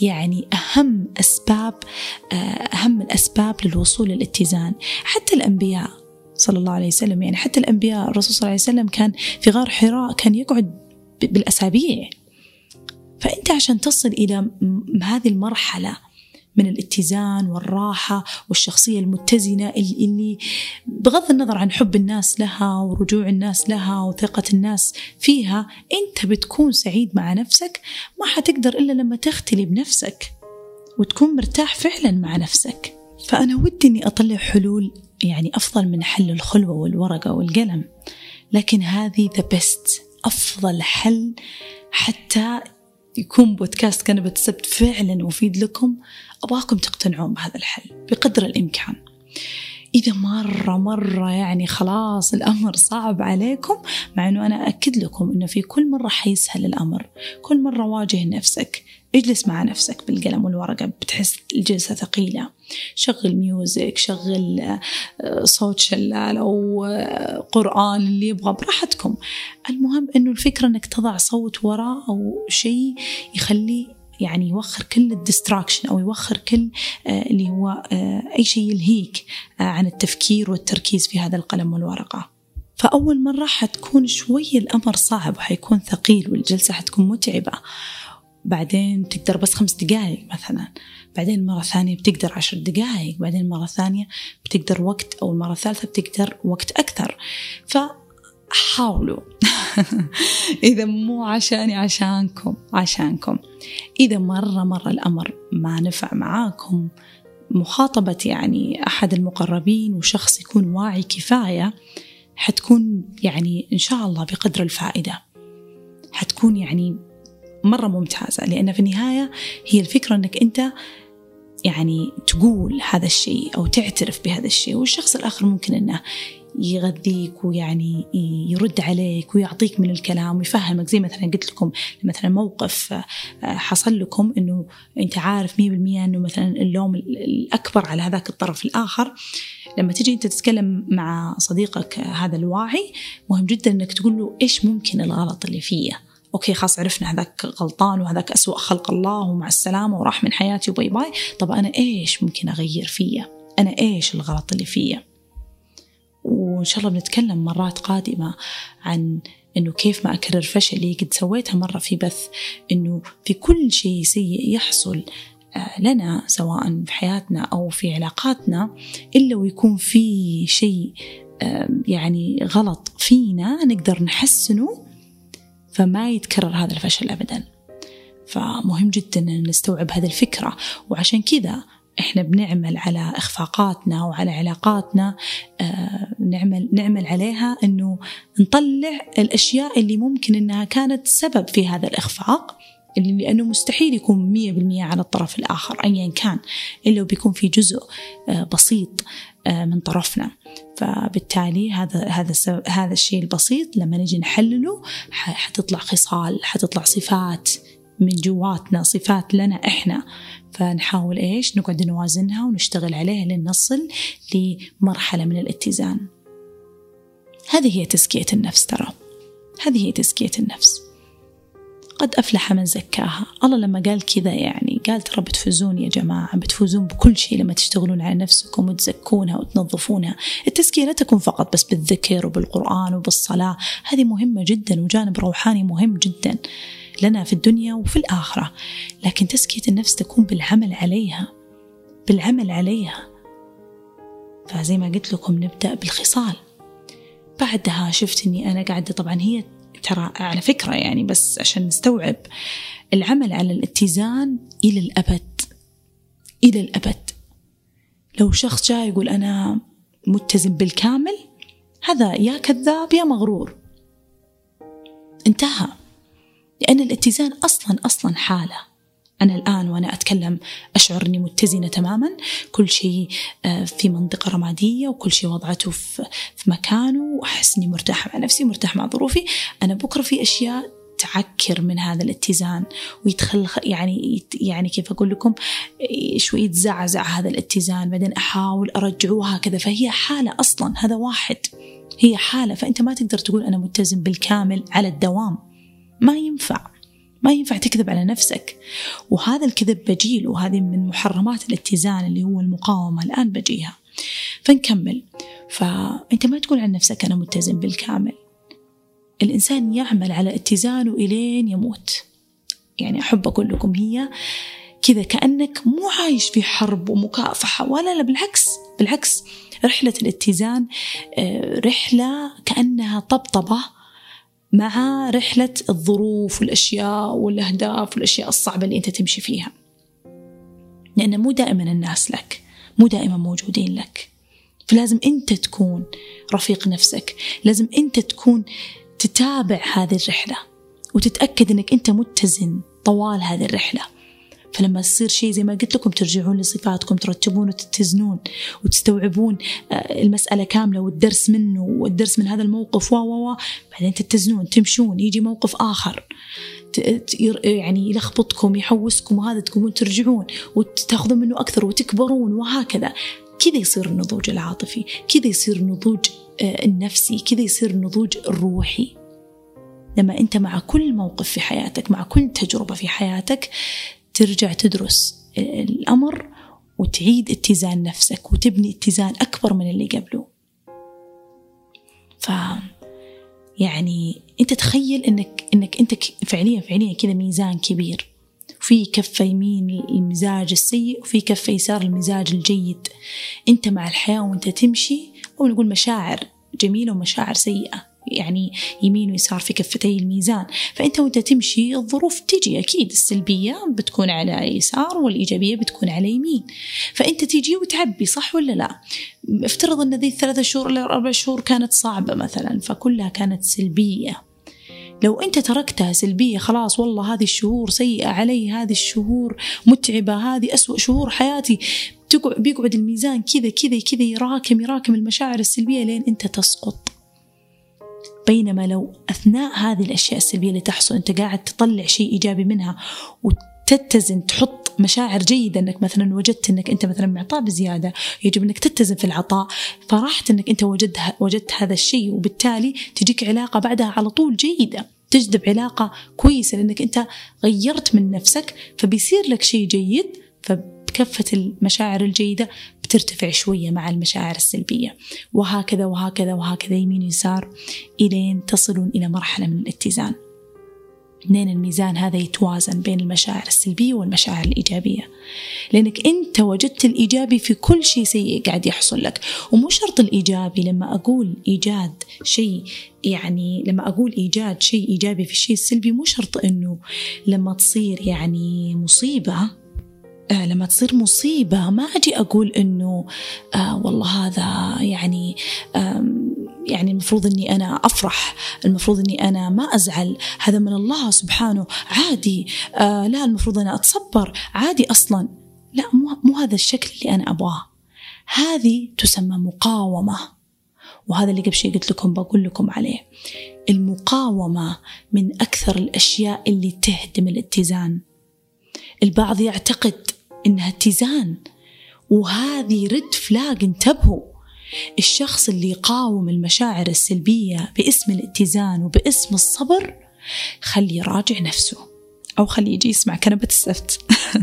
Speaker 2: الأسباب للوصول للاتزان. حتى الأنبياء صلى الله عليه وسلم، يعني حتى الأنبياء، الرسول صلى الله عليه وسلم كان في غار حراء كان يقعد بالأسابيع. فأنت عشان تصل إلى هذه المرحلة من الاتزان والراحة والشخصية المتزنة، اللي بغض النظر عن حب الناس لها ورجوع الناس لها وثقة الناس فيها، أنت بتكون سعيد مع نفسك. ما حتقدر إلا لما تختلي بنفسك وتكون مرتاح فعلا مع نفسك. فأنا ودي أني أطلع حلول يعني أفضل من حل الخلوة والورقة والقلم، لكن هذه the best، أفضل حل حتى يكون بودكاست كنبة السبت فعلا مفيد لكم. أبغاكم تقتنعون بهذا الحل بقدر الإمكان. إذا مرة يعني خلاص الأمر صعب عليكم، مع أنه أنا أكد لكم أنه في كل مرة حيسهل الأمر، كل مرة واجه نفسك، اجلس مع نفسك بالقلم والورقة، بتحس الجلسة ثقيلة، شغل ميوزك، شغل صوت شلال أو قرآن، اللي يبغى براحتكم. المهم أنه الفكرة أنك تضع صوت وراء أو شيء يخلي يعني يوخر كل الديستراكشن، أو يوخر كل اللي هو أي شيء يلهيك عن التفكير والتركيز في هذا القلم والورقة. فأول مرة حتكون شوي الأمر صعب وحيكون ثقيل، والجلسة حتكون متعبة. بعدين تقدر بس 5 دقائق مثلا، بعدين مرة ثانية بتقدر 10 دقائق، بعدين مرة ثانية بتقدر وقت، أو المرة الثالثة بتقدر وقت أكثر. فحاولوا إذا مو عشاني عشانكم. إذا مرة الأمر ما نفع معاكم، مخاطبة يعني أحد المقربين وشخص يكون واعي كفاية حتكون يعني إن شاء الله بقدر الفائدة، حتكون يعني مرة ممتازة. لأن في النهاية هي الفكرة أنك أنت يعني تقول هذا الشيء أو تعترف بهذا الشيء، والشخص الآخر ممكن أنه يغذيك ويعني يرد عليك ويعطيك من الكلام ويفهمك. زي مثلا قلت لكم مثلا موقف حصل لكم أنه أنت عارف 100% أنه مثلا اللوم الأكبر على هذاك الطرف الآخر، لما تيجي أنت تتكلم مع صديقك هذا الواعي، مهم جدا أنك تقول له إيش ممكن الغلط اللي فيه، أوكي خلاص عرفنا هذاك غلطان وهذاك أسوأ خلق الله ومع السلامة وراح من حياتي وباي باي. طب أنا إيش ممكن أغير فيا؟ أنا إيش الغلط اللي فيا؟ وإن شاء الله بنتكلم مرات قادمة عن إنه كيف ما أكرر فشلي. قد سويتها مرة في بث، إنه في كل شيء سيء يحصل لنا سواء في حياتنا أو في علاقاتنا، إلا ويكون في شيء يعني غلط فينا نقدر نحسنه فما يتكرر هذا الفشل أبدا. فمهم جدا أن نستوعب هذه الفكرة، وعشان كذا إحنا بنعمل على إخفاقاتنا وعلى علاقاتنا، نعمل عليها أنه نطلع الأشياء اللي ممكن أنها كانت سبب في هذا الإخفاق، لأنه مستحيل يكون 100% على الطرف الآخر أيا كان، إلا وبيكون في جزء بسيط من طرفنا. فبالتالي هذا الشيء البسيط لما نجي نحلله حتطلع خصال، حتطلع صفات من جواتنا، صفات لنا إحنا. فنحاول إيش نقعد نوازنها ونشتغل عليها لين نصل لمرحلة من الاتزان. هذه هي تزكية النفس، ترى هذه هي تزكية النفس. قد أفلح من زكاها. الله لما قال كذا يعني قال ترى بتفوزون يا جماعة، بتفوزون بكل شيء لما تشتغلون على نفسكم وتزكونها وتنظفونها. التزكية لا تكون فقط بس بالذكر وبالقرآن وبالصلاة، هذه مهمة جدا وجانب روحاني مهم جدا لنا في الدنيا وفي الآخرة، لكن تزكية النفس تكون بالعمل عليها. فزي ما قلت لكم نبدأ بالخصال. بعدها شفت أني أنا قاعدة، طبعا هي ترى على فكرة يعني بس عشان نستوعب، العمل على الاتزان إلى الأبد. لو شخص جاي يقول أنا متزن بالكامل، هذا يا كذاب يا مغرور، انتهى. لأن الاتزان أصلا حالة. أنا الآن وأنا أتكلم أشعر أني متزنة تماما، كل شيء في منطقة رمادية وكل شيء وضعته في مكانه، وأحس أني مرتاحة مع نفسي مرتاحة مع ظروفي. أنا بكرة في أشياء تعكر من هذا الاتزان ويدخل يعني كيف أقول لكم شوي يتزعزع هذا الاتزان، بعدين أحاول أرجعوها كذا. فهي حالة أصلا، هذا واحد، هي حالة. فأنت ما تقدر تقول أنا متزن بالكامل على الدوام، ما ينفع تكذب على نفسك. وهذا الكذب بجيل، وهذه من محرمات الاتزان اللي هو المقاومة، الآن بجيها. فنكمل. فأنت ما تقول عن نفسك أنا متزن بالكامل. الإنسان يعمل على اتزانه إلين يموت. يعني أحب أقول لكم هي كذا كأنك مو عايش في حرب ومكافحة، ولا لا، بالعكس رحلة الاتزان رحلة كأنها طبطبة مع رحلة الظروف والأشياء والأهداف والأشياء الصعبة اللي أنت تمشي فيها. لأن مو دائما الناس لك، مو دائما موجودين لك. فلازم أنت تكون رفيق نفسك، لازم أنت تكون تتابع هذه الرحلة وتتأكد أنك أنت متزن طوال هذه الرحلة. فلما يصير شيء زي ما قلت لكم ترجعون لصفاتكم، ترتبون وتتزنون وتستوعبون المسألة كاملة والدرس منه والدرس من هذا الموقف بعدين تتزنون، تمشون، يجي موقف آخر يعني يلخبطكم يحوسكم، وهذا تقومون ترجعون وتأخذون منه أكثر وتكبرون، وهكذا. كذا يصير النضوج العاطفي، كذا يصير النضوج النفسي، كذا يصير النضوج الروحي. لما أنت مع كل موقف في حياتك، مع كل تجربة في حياتك، ترجع تدرس الأمر وتعيد اتزان نفسك وتبني اتزان أكبر من اللي قبله. يعني أنت تخيل إنك أنت فعليا كذا ميزان كبير، في كفة يمين المزاج السيء وفي كفة يسار المزاج الجيد. أنت مع الحياة وأنت تمشي، أو نقول مشاعر جميلة ومشاعر سيئة، يعني يمين ويسار في كفتي الميزان. فأنت وأنت تمشي الظروف تيجي، أكيد السلبية بتكون على يسار والإيجابية بتكون على يمين. فأنت تيجي وتعبي، صح ولا لا؟ افترض أن ذي 3 شهور إلى 4 شهور كانت صعبة مثلا، فكلها كانت سلبية. لو أنت تركتها سلبية، خلاص والله هذه الشهور سيئة علي، هذه الشهور متعبة، هذه أسوأ شهور حياتي، بيقعد الميزان كذا يراكم المشاعر السلبية لين أنت تسقط. بينما لو أثناء هذه الأشياء السلبية اللي تحصل أنت قاعد تطلع شيء إيجابي منها وتتزن، تحط مشاعر جيدة، أنك مثلا وجدت أنك أنت مثلا معطاء بزيادة، يجب أنك تتزن في العطاء، فرحت أنك أنت وجدت هذا الشيء، وبالتالي تجيك علاقة بعدها على طول جيدة. تجذب علاقة كويسة لأنك أنت غيرت من نفسك، فبيصير لك شيء جيد، فبكفة المشاعر الجيدة بترتفع شوية مع المشاعر السلبية، وهكذا وهكذا وهكذا يمين يسار إلين تصلون إلى مرحلة من الاتزان، لأن الميزان هذا يتوازن بين المشاعر السلبية والمشاعر الإيجابية، لأنك أنت وجدت الإيجابي في كل شيء سيء قاعد يحصل لك. ومو شرط الإيجابي، لما أقول إيجاد شيء، يعني لما أقول إيجاد شيء إيجابي في الشيء السلبي، مو شرط أنه لما تصير يعني مصيبة، لما تصير مصيبة ما أجي أقول إنه والله هذا يعني المفروض إني أنا أفرح، المفروض إني أنا ما أزعل، هذا من الله سبحانه عادي، لا المفروض أنا أتصبر عادي أصلا. لا، مو هذا الشكل اللي أنا أبغاه. هذه تسمى مقاومة، وهذا اللي قبل شيء قلت لكم بقول لكم عليه. المقاومة من أكثر الأشياء اللي تهدم الاتزان. البعض يعتقد إنها اتزان، وهذه ريد فلاج. انتبهوا، الشخص اللي يقاوم المشاعر السلبية باسم الاتزان وباسم الصبر، خلي يراجع نفسه، أو خلي يجي يسمع كنبة السبت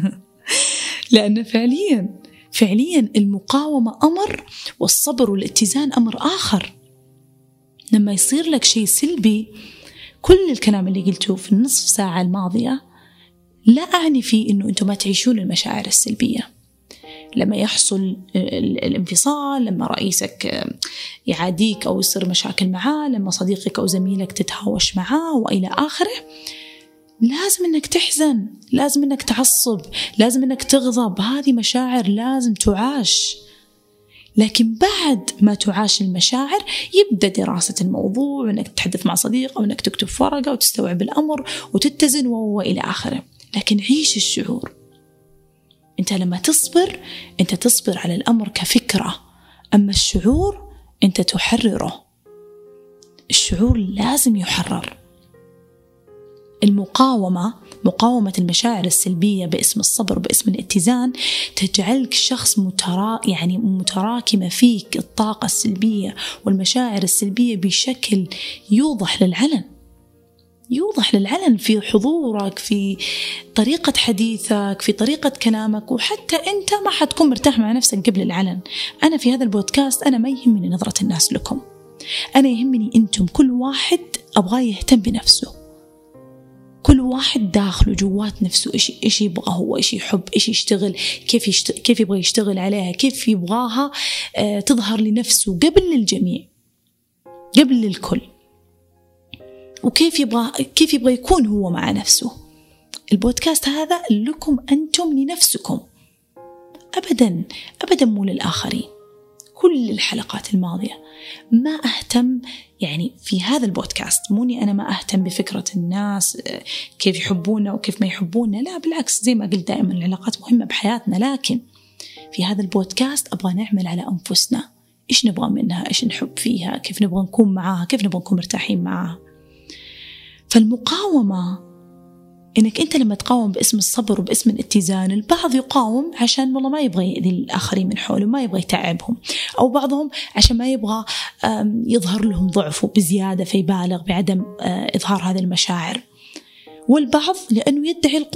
Speaker 2: لأن فعليا المقاومة أمر، والصبر والاتزان أمر آخر. لما يصير لك شيء سلبي، كل الكلام اللي قلته في النصف ساعة الماضية لا أعني فيه إنه أنتم ما تعيشون المشاعر السلبية. لما يحصل الانفصال، لما رئيسك يعاديك أو يصير مشاكل معاه، لما صديقك أو زميلك تتهاوش معاه وإلى آخره، لازم إنك تحزن، لازم إنك تعصب، لازم إنك تغضب. هذه مشاعر لازم تعاش. لكن بعد ما تعاش المشاعر يبدأ دراسة الموضوع، وإنك تتحدث مع صديق، أو إنك تكتب في ورقة وتستوعب الأمر وتتزن وإلى آخره. لكن عيش الشعور. أنت لما تصبر، أنت تصبر على الأمر كفكرة، أما الشعور أنت تحرره. الشعور لازم يحرر. مقاومة المشاعر السلبية باسم الصبر باسم الاتزان تجعلك شخص متراكمة فيك الطاقة السلبية والمشاعر السلبية بشكل يوضح للعلن في حضورك، في طريقة حديثك، في طريقة كلامك، وحتى أنت ما حتكون مرتاح مع نفسك قبل العلن. أنا في هذا البودكاست أنا ما يهمني نظرة الناس لكم، أنا يهمني أنتم. كل واحد أبغاه يهتم بنفسه، كل واحد داخله جوات نفسه إيش يبغى هو، إيش يحب، إيش يشتغل، كيف يبغى يشتغل عليها، كيف يبغاها تظهر لنفسه قبل للجميع، قبل للكل، وكيف يبغى يكون هو مع نفسه. البودكاست هذا لكم أنتم لنفسكم، أبدا مو للآخرين. كل الحلقات الماضية ما أهتم، يعني في هذا البودكاست موني أنا ما أهتم بفكرة الناس كيف يحبونا وكيف ما يحبونا، لا بالعكس، زي ما قلت دائما العلاقات مهمة بحياتنا، لكن في هذا البودكاست أبغى نعمل على أنفسنا، إيش نبغى منها، إيش نحب فيها، كيف نبغى نكون معاها، كيف نبغى نكون مرتاحين معاها. فالمقاومة إنك أنت لما تقاوم باسم الصبر وباسم الاتزان، البعض يقاوم عشان والله ما يبغى يأذي الآخرين من حوله، ما يبغى يتعبهم، أو بعضهم عشان ما يبغى يظهر لهم ضعفه بزيادة فيبالغ بعدم إظهار هذه المشاعر. والبعض لأنه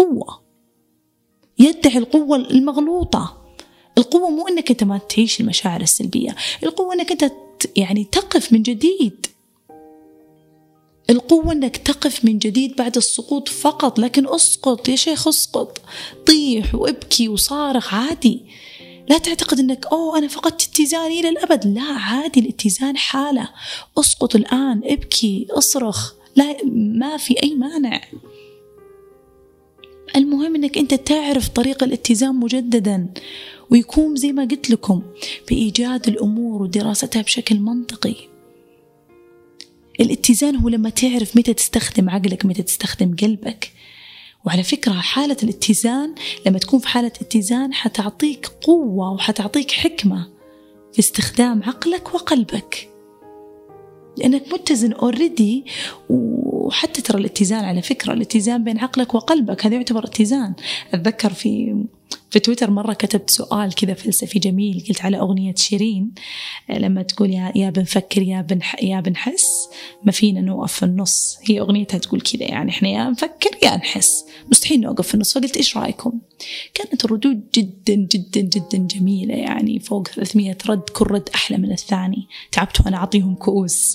Speaker 2: يدعي القوة المغلوطة. القوة مو إنك أنت ما تعيش المشاعر السلبية، القوة إنك أنت يعني تقف من جديد. القوة أنك تقف من جديد بعد السقوط فقط. لكن أسقط يا شيخ، أسقط، طيح وابكي وصارخ عادي. لا تعتقد أنك أنا فقدت اتزاني إلى الأبد. لا، عادي، الاتزان حالة. أسقط الآن، ابكي، أصرخ، لا، ما في أي مانع. المهم أنك أنت تعرف طريق الاتزان مجددا، ويكون زي ما قلت لكم بإيجاد الأمور ودراستها بشكل منطقي. الاتزان هو لما تعرف متى تستخدم عقلك، متى تستخدم قلبك. وعلى فكرة حالة الاتزان، لما تكون في حالة اتزان حتعطيك قوة وحتعطيك حكمة في استخدام عقلك وقلبك، لأنك متزن already. وحتى ترى الاتزان، على فكرة الاتزان بين عقلك وقلبك هذا يعتبر اتزان. أتذكر في في تويتر مرة كتبت سؤال كذا فلسفي جميل، قلت على أغنية شيرين لما تقول يا بنفكر يا بنحس ما فينا نوقف في النص. هي أغنيتها تقول كذا، يعني إحنا يا نفكر يا نحس، مستحيل نوقف في النص. فقلت إيش رأيكم؟ كانت الردود جدا جدا جدا جميلة، يعني فوق 300 رد، كل رد أحلى من الثاني. تعبت وأنا أعطيهم كؤوس.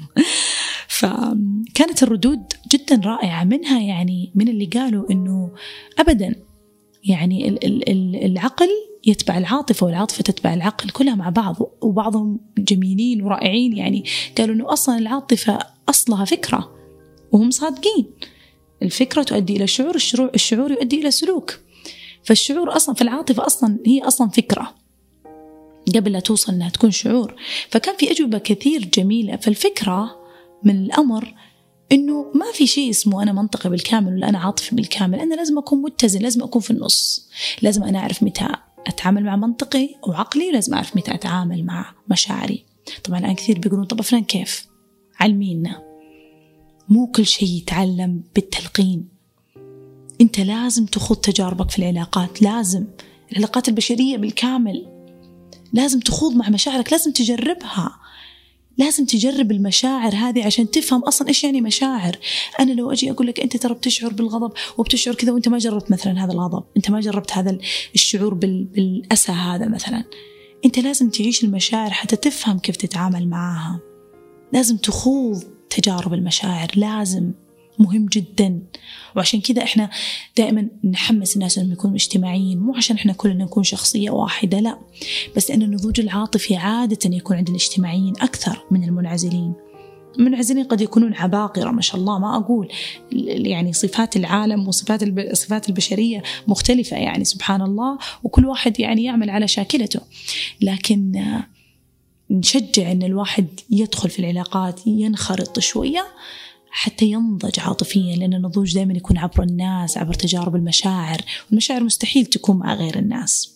Speaker 2: فكانت الردود جدا رائعة. منها يعني من اللي قالوا إنه أبدا، يعني العقل يتبع العاطفة والعاطفة تتبع العقل، كلها مع بعض. وبعضهم جميلين ورائعين، يعني قالوا إنه أصلا العاطفة أصلها فكرة، وهم صادقين. الفكرة تؤدي إلى شعور، الشعور يؤدي إلى سلوك. فالشعور أصلا في العاطفة أصلا هي أصلا فكرة قبل لا توصل أنها تكون شعور. فكان في أجوبة كثير جميلة. فالفكرة من الأمر إنه ما في شيء اسمه أنا منطقي بالكامل ولا أنا عاطفي بالكامل. أنا لازم أكون متزن، لازم أكون في النص. لازم أنا أعرف متى أتعامل مع منطقي وعقلي، ولازم أعرف متى أتعامل مع مشاعري. طبعا الآن كثير بيقولون طب فلان كيف؟ علمينا. مو كل شيء يتعلم بالتلقين. أنت لازم تخوض تجاربك في العلاقات، لازم العلاقات البشرية بالكامل، لازم تخوض مع مشاعرك، لازم تجربها، لازم تجرب المشاعر هذه عشان تفهم أصلا إيش يعني مشاعر. أنا لو أجي أقول لك أنت ترى بتشعر بالغضب وبتشعر كذا وأنت ما جربت مثلا هذا الغضب، أنت ما جربت هذا الشعور بالأسى هذا مثلا، أنت لازم تعيش المشاعر حتى تفهم كيف تتعامل معها. لازم تخوض تجارب المشاعر، لازم، مهم جدا. وعشان كذا إحنا دائما نحمس الناس أنهم يكونوا اجتماعيين، مو عشان إحنا كلنا نكون شخصية واحدة، لا، بس أن النضوج العاطفي عادة يكون عند الاجتماعيين أكثر من المنعزلين. المنعزلين قد يكونون عباقرة ما شاء الله، ما أقول يعني صفات العالم وصفات البشرية مختلفة، يعني سبحان الله، وكل واحد يعني يعمل على شاكلته. لكن نشجع أن الواحد يدخل في العلاقات، ينخرط شوية حتى ينضج عاطفيا، لأن النضوج دائما يكون عبر الناس، عبر تجارب المشاعر، والمشاعر مستحيل تكون مع غير الناس.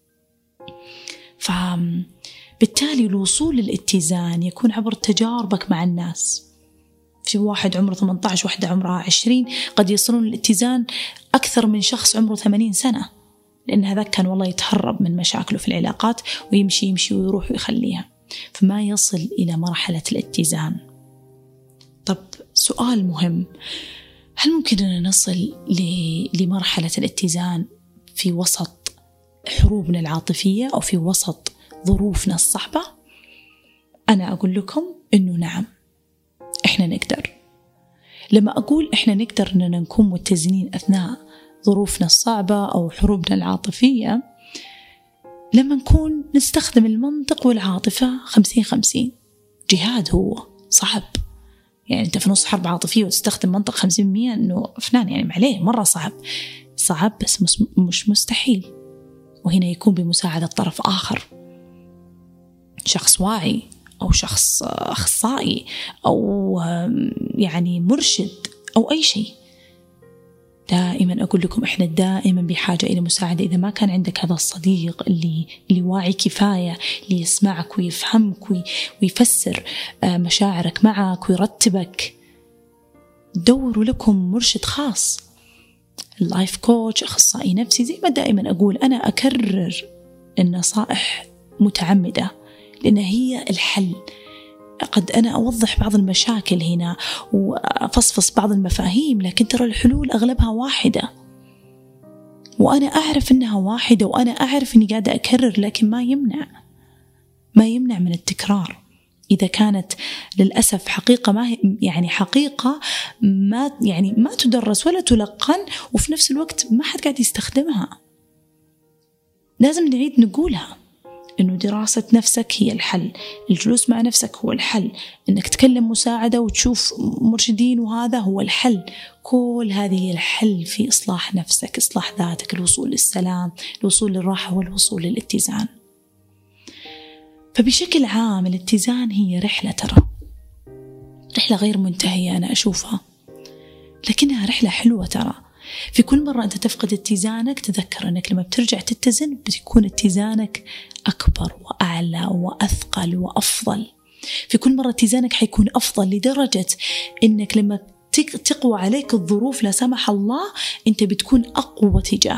Speaker 2: فبالتالي الوصول للاتزان يكون عبر تجاربك مع الناس. في واحد عمره 18، واحدة عمرها 20، قد يصلون للاتزان أكثر من شخص عمره 80 سنة، لأن هذا كان والله يتهرب من مشاكله في العلاقات ويمشي ويروح ويخليها، فما يصل إلى مرحلة الاتزان. طب سؤال مهم، هل ممكن أن نصل لمرحلة الاتزان في وسط حروبنا العاطفية أو في وسط ظروفنا الصعبة؟ أنا أقول لكم إنه نعم، إحنا نقدر. لما أقول إحنا نقدر أننا نكون متزنين أثناء ظروفنا الصعبة أو حروبنا العاطفية، لما نكون نستخدم المنطق والعاطفة 50-50. جهاد هو صعب، يعني أنت في نص حرب عاطفية وتستخدم منطق 50%، إنه فنان يعني معليه مرة صعب بس مش مستحيل. وهنا يكون بمساعدة طرف آخر، شخص واعي أو شخص أخصائي أو يعني مرشد أو أي شيء. دائما أقول لكم إحنا دائما بحاجة إلى مساعدة. إذا ما كان عندك هذا الصديق اللي واعي كفاية، اللي يسمعك ويفهمك ويفسر مشاعرك معك ويرتبك، دوروا لكم مرشد خاص، اللايف كوتش، أخصائي نفسي. زي ما دائما أقول، أنا أكرر النصائح متعمدة لأن هي الحل. قد أنا أوضح بعض المشاكل هنا وأفصفص بعض المفاهيم، لكن ترى الحلول أغلبها واحدة، وأنا أعرف أنها واحدة، وأنا أعرف أني قاعدة أكرر، لكن ما يمنع من التكرار. إذا كانت للأسف حقيقة ما تدرس ولا تلقن، وفي نفس الوقت ما حد قاعد يستخدمها، لازم نعيد نقولها. إنه دراسة نفسك هي الحل، الجلوس مع نفسك هو الحل، إنك تكلم مساعدة وتشوف مرشدين وهذا هو الحل. كل هذه هي الحل في إصلاح نفسك، إصلاح ذاتك، الوصول للسلام، الوصول للراحة، والوصول للاتزان. فبشكل عام الاتزان هي رحلة، ترى رحلة غير منتهية أنا أشوفها، لكنها رحلة حلوة. ترى في كل مرة أنت تفقد اتزانك تذكر أنك لما بترجع تتزن بتكون اتزانك أكبر وأعلى وأثقل وأفضل. في كل مرة اتزانك حيكون أفضل لدرجة أنك لما تقوى عليك الظروف لا سمح الله أنت بتكون أقوى تجاهها.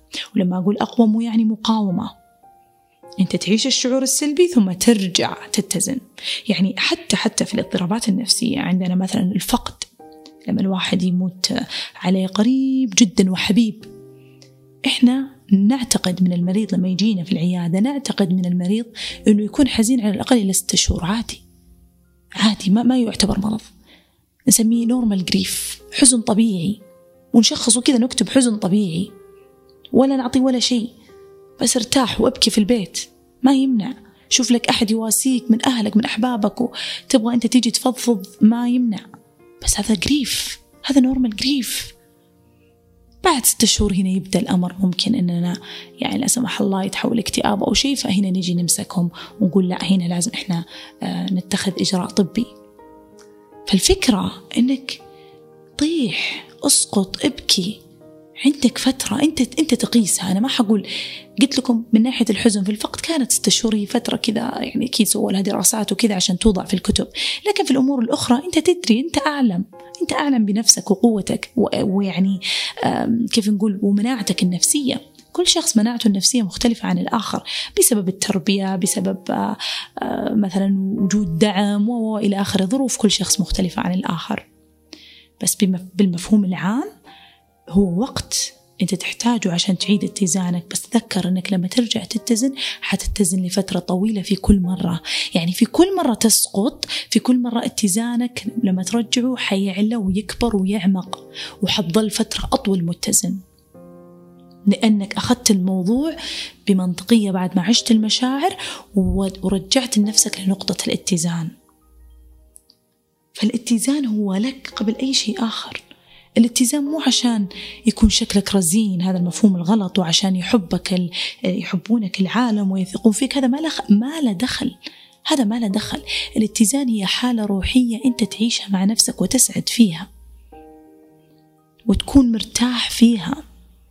Speaker 2: ولما أقول أقوى مو يعني مقاومة، أنت تعيش الشعور السلبي ثم ترجع تتزن. يعني حتى في الاضطرابات النفسية عندنا مثلا الفقد، لما الواحد يموت عليه قريب جدا وحبيب، إحنا نعتقد من المريض لما يجينا في العيادة، نعتقد من المريض أنه يكون حزين على الأقل إلى 6 شهور، عادي ما يعتبر مرض، نسميه نورمال جريف، حزن طبيعي، ونشخصه كذا، نكتب حزن طبيعي ولا نعطي ولا شيء، بس ارتاح وابكي في البيت، ما يمنع. شوف لك أحد يواسيك من أهلك من أحبابك وتبغى أنت تيجي تفضفض، ما يمنع، بس هذا جريف، هذا نورمال جريف. بعد 6 شهور هنا يبدأ الأمر، ممكن أننا يعني لا سمح الله يتحول اكتئاب أو شيء، فهنا نجي نمسكهم ونقول لا، هنا لازم إحنا نتخذ إجراء طبي. فالفكرة أنك طيح، أسقط، ابكي، عندك فترة أنت تقيسها. أنا ما حقول، قلت لكم من ناحية الحزن في الفقد كانت 6 شهور هي فترة كذا، يعني أكيد سووا لها دراسات وكذا عشان توضع في الكتب، لكن في الأمور الأخرى أنت تدري، أنت أعلم بنفسك وقوتك ويعني كيف نقول ومناعتك النفسية. كل شخص مناعته النفسية مختلفة عن الآخر بسبب التربية، بسبب مثلا وجود دعم وإلى آخر، ظروف كل شخص مختلفة عن الآخر. بس بالمفهوم العام هو وقت أنت تحتاجه عشان تعيد اتزانك، بس تذكر أنك لما ترجع تتزن حتتزن لفترة طويلة في كل مرة، يعني في كل مرة تسقط، في كل مرة اتزانك لما ترجعه حيعلى ويكبر ويعمق، وحتظل فترة أطول متزن، لأنك أخذت الموضوع بمنطقية بعد ما عشت المشاعر ورجعت لنفسك لنقطة الاتزان. فالاتزان هو لك قبل أي شيء آخر. الاتزان مو عشان يكون شكلك رزين، هذا المفهوم الغلط، وعشان يحبونك العالم ويثقون فيك، هذا ما له دخل، هذا ما له دخل. الاتزان هي حالة روحية أنت تعيشها مع نفسك وتسعد فيها وتكون مرتاح فيها،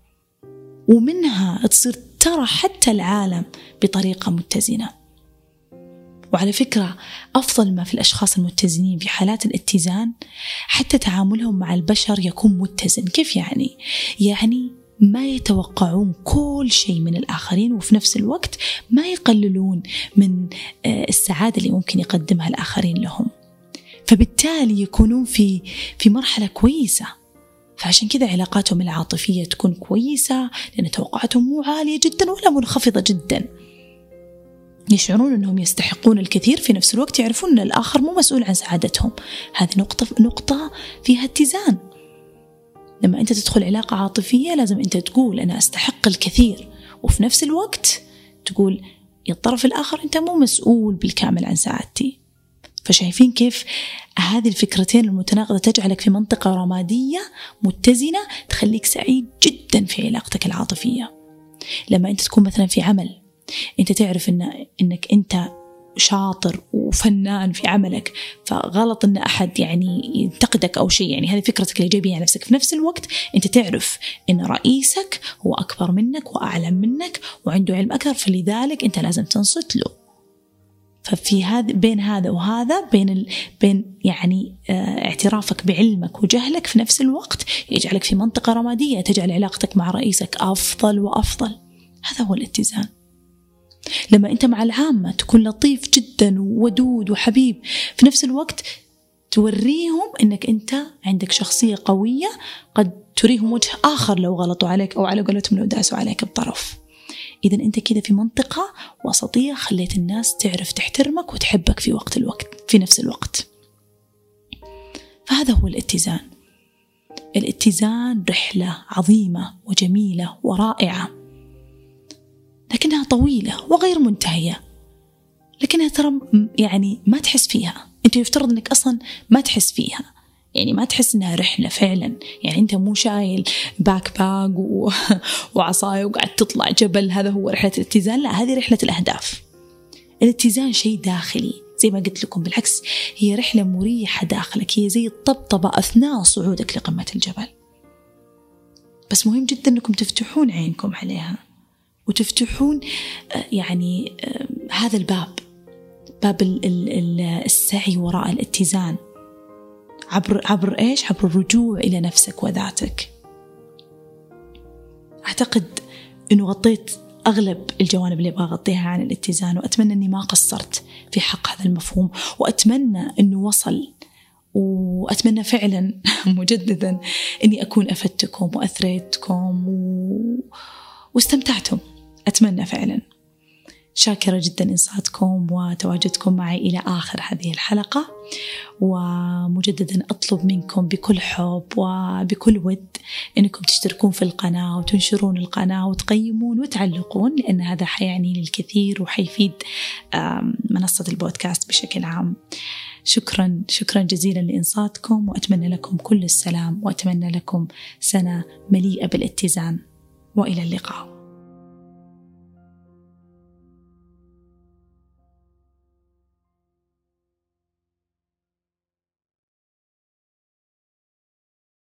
Speaker 2: ومنها تصير ترى حتى العالم بطريقة متزنة. وعلى فكرة أفضل ما في الأشخاص المتزنين في حالات الاتزان حتى تعاملهم مع البشر يكون متزن. كيف يعني؟ يعني ما يتوقعون كل شيء من الآخرين، وفي نفس الوقت ما يقللون من السعادة اللي ممكن يقدمها الآخرين لهم، فبالتالي يكونون في مرحلة كويسة. فعشان كذا علاقاتهم العاطفية تكون كويسة، لأن توقعاتهم مو عالية جدا ولا منخفضة جدا، يشعرون أنهم يستحقون الكثير، في نفس الوقت يعرفون أن الآخر مو مسؤول عن سعادتهم. هذه نقطة فيها اتزان. لما أنت تدخل علاقة عاطفية لازم أنت تقول أنا أستحق الكثير، وفي نفس الوقت تقول يا الطرف الآخر أنت مو مسؤول بالكامل عن سعادتي. فشايفين كيف هذه الفكرتين المتناقضة تجعلك في منطقة رمادية متزنة تخليك سعيد جدا في علاقتك العاطفية. لما أنت تكون مثلا في عمل، أنت تعرف إنك أنت شاطر وفنان في عملك، فغلط إن أحد يعني ينتقدك أو شيء، يعني هذه فكرتك الإيجابية عن نفسك. في نفس الوقت أنت تعرف إن رئيسك هو أكبر منك وأعلم منك وعنده علم أكثر، فلذلك أنت لازم تنصت له. ففي هذا بين هذا وهذا بين يعني اعترافك بعلمك وجهلك في نفس الوقت يجعلك في منطقة رمادية تجعل علاقتك مع رئيسك أفضل وأفضل. هذا هو الاتزان. لما أنت مع العامة تكون لطيف جدا وودود وحبيب، في نفس الوقت توريهم أنك أنت عندك شخصية قوية، قد تريهم وجه آخر لو غلطوا عليك أو على قولتهم لو داسوا عليك بطرف. إذا أنت كده في منطقة وسطية، خليت الناس تعرف تحترمك وتحبك في نفس الوقت. فهذا هو الاتزان. الاتزان رحلة عظيمة وجميلة ورائعة، لكنها طويلة وغير منتهية، لكنها ترى يعني ما تحس فيها. أنت يفترض أنك أصلا ما تحس فيها، يعني ما تحس إنها رحلة فعلا. يعني أنت مو شايل باك باك وعصاية وقاعد تطلع جبل، هذا هو رحلة الاتزان. لا، هذه رحلة الأهداف. الاتزان شيء داخلي زي ما قلت لكم، بالعكس هي رحلة مريحة داخلك، هي زي الطبطبة أثناء صعودك لقمة الجبل. بس مهم جدا أنكم تفتحون عينكم عليها وتفتحون يعني هذا الباب، باب السعي وراء الاتزان عبر إيش؟ عبر الرجوع إلى نفسك وذاتك. أعتقد إنه غطيت أغلب الجوانب اللي أبغى أغطيها عن الاتزان، وأتمنى أني ما قصرت في حق هذا المفهوم، وأتمنى أنه وصل، وأتمنى فعلا مجددا أني أكون أفدتكم وأثريتكم واستمتعتم. أتمنى فعلا. شاكرة جدا إنصاتكم وتواجدكم معي إلى آخر هذه الحلقة، ومجددا أطلب منكم بكل حب وبكل ود أنكم تشتركون في القناة وتنشرون القناة وتقيمون وتعلقون، لأن هذا حيعني للكثير وحيفيد منصة البودكاست بشكل عام. شكرا جزيلا لإنصاتكم، وأتمنى لكم كل السلام، وأتمنى لكم سنة مليئة بالاتزان، وإلى اللقاء.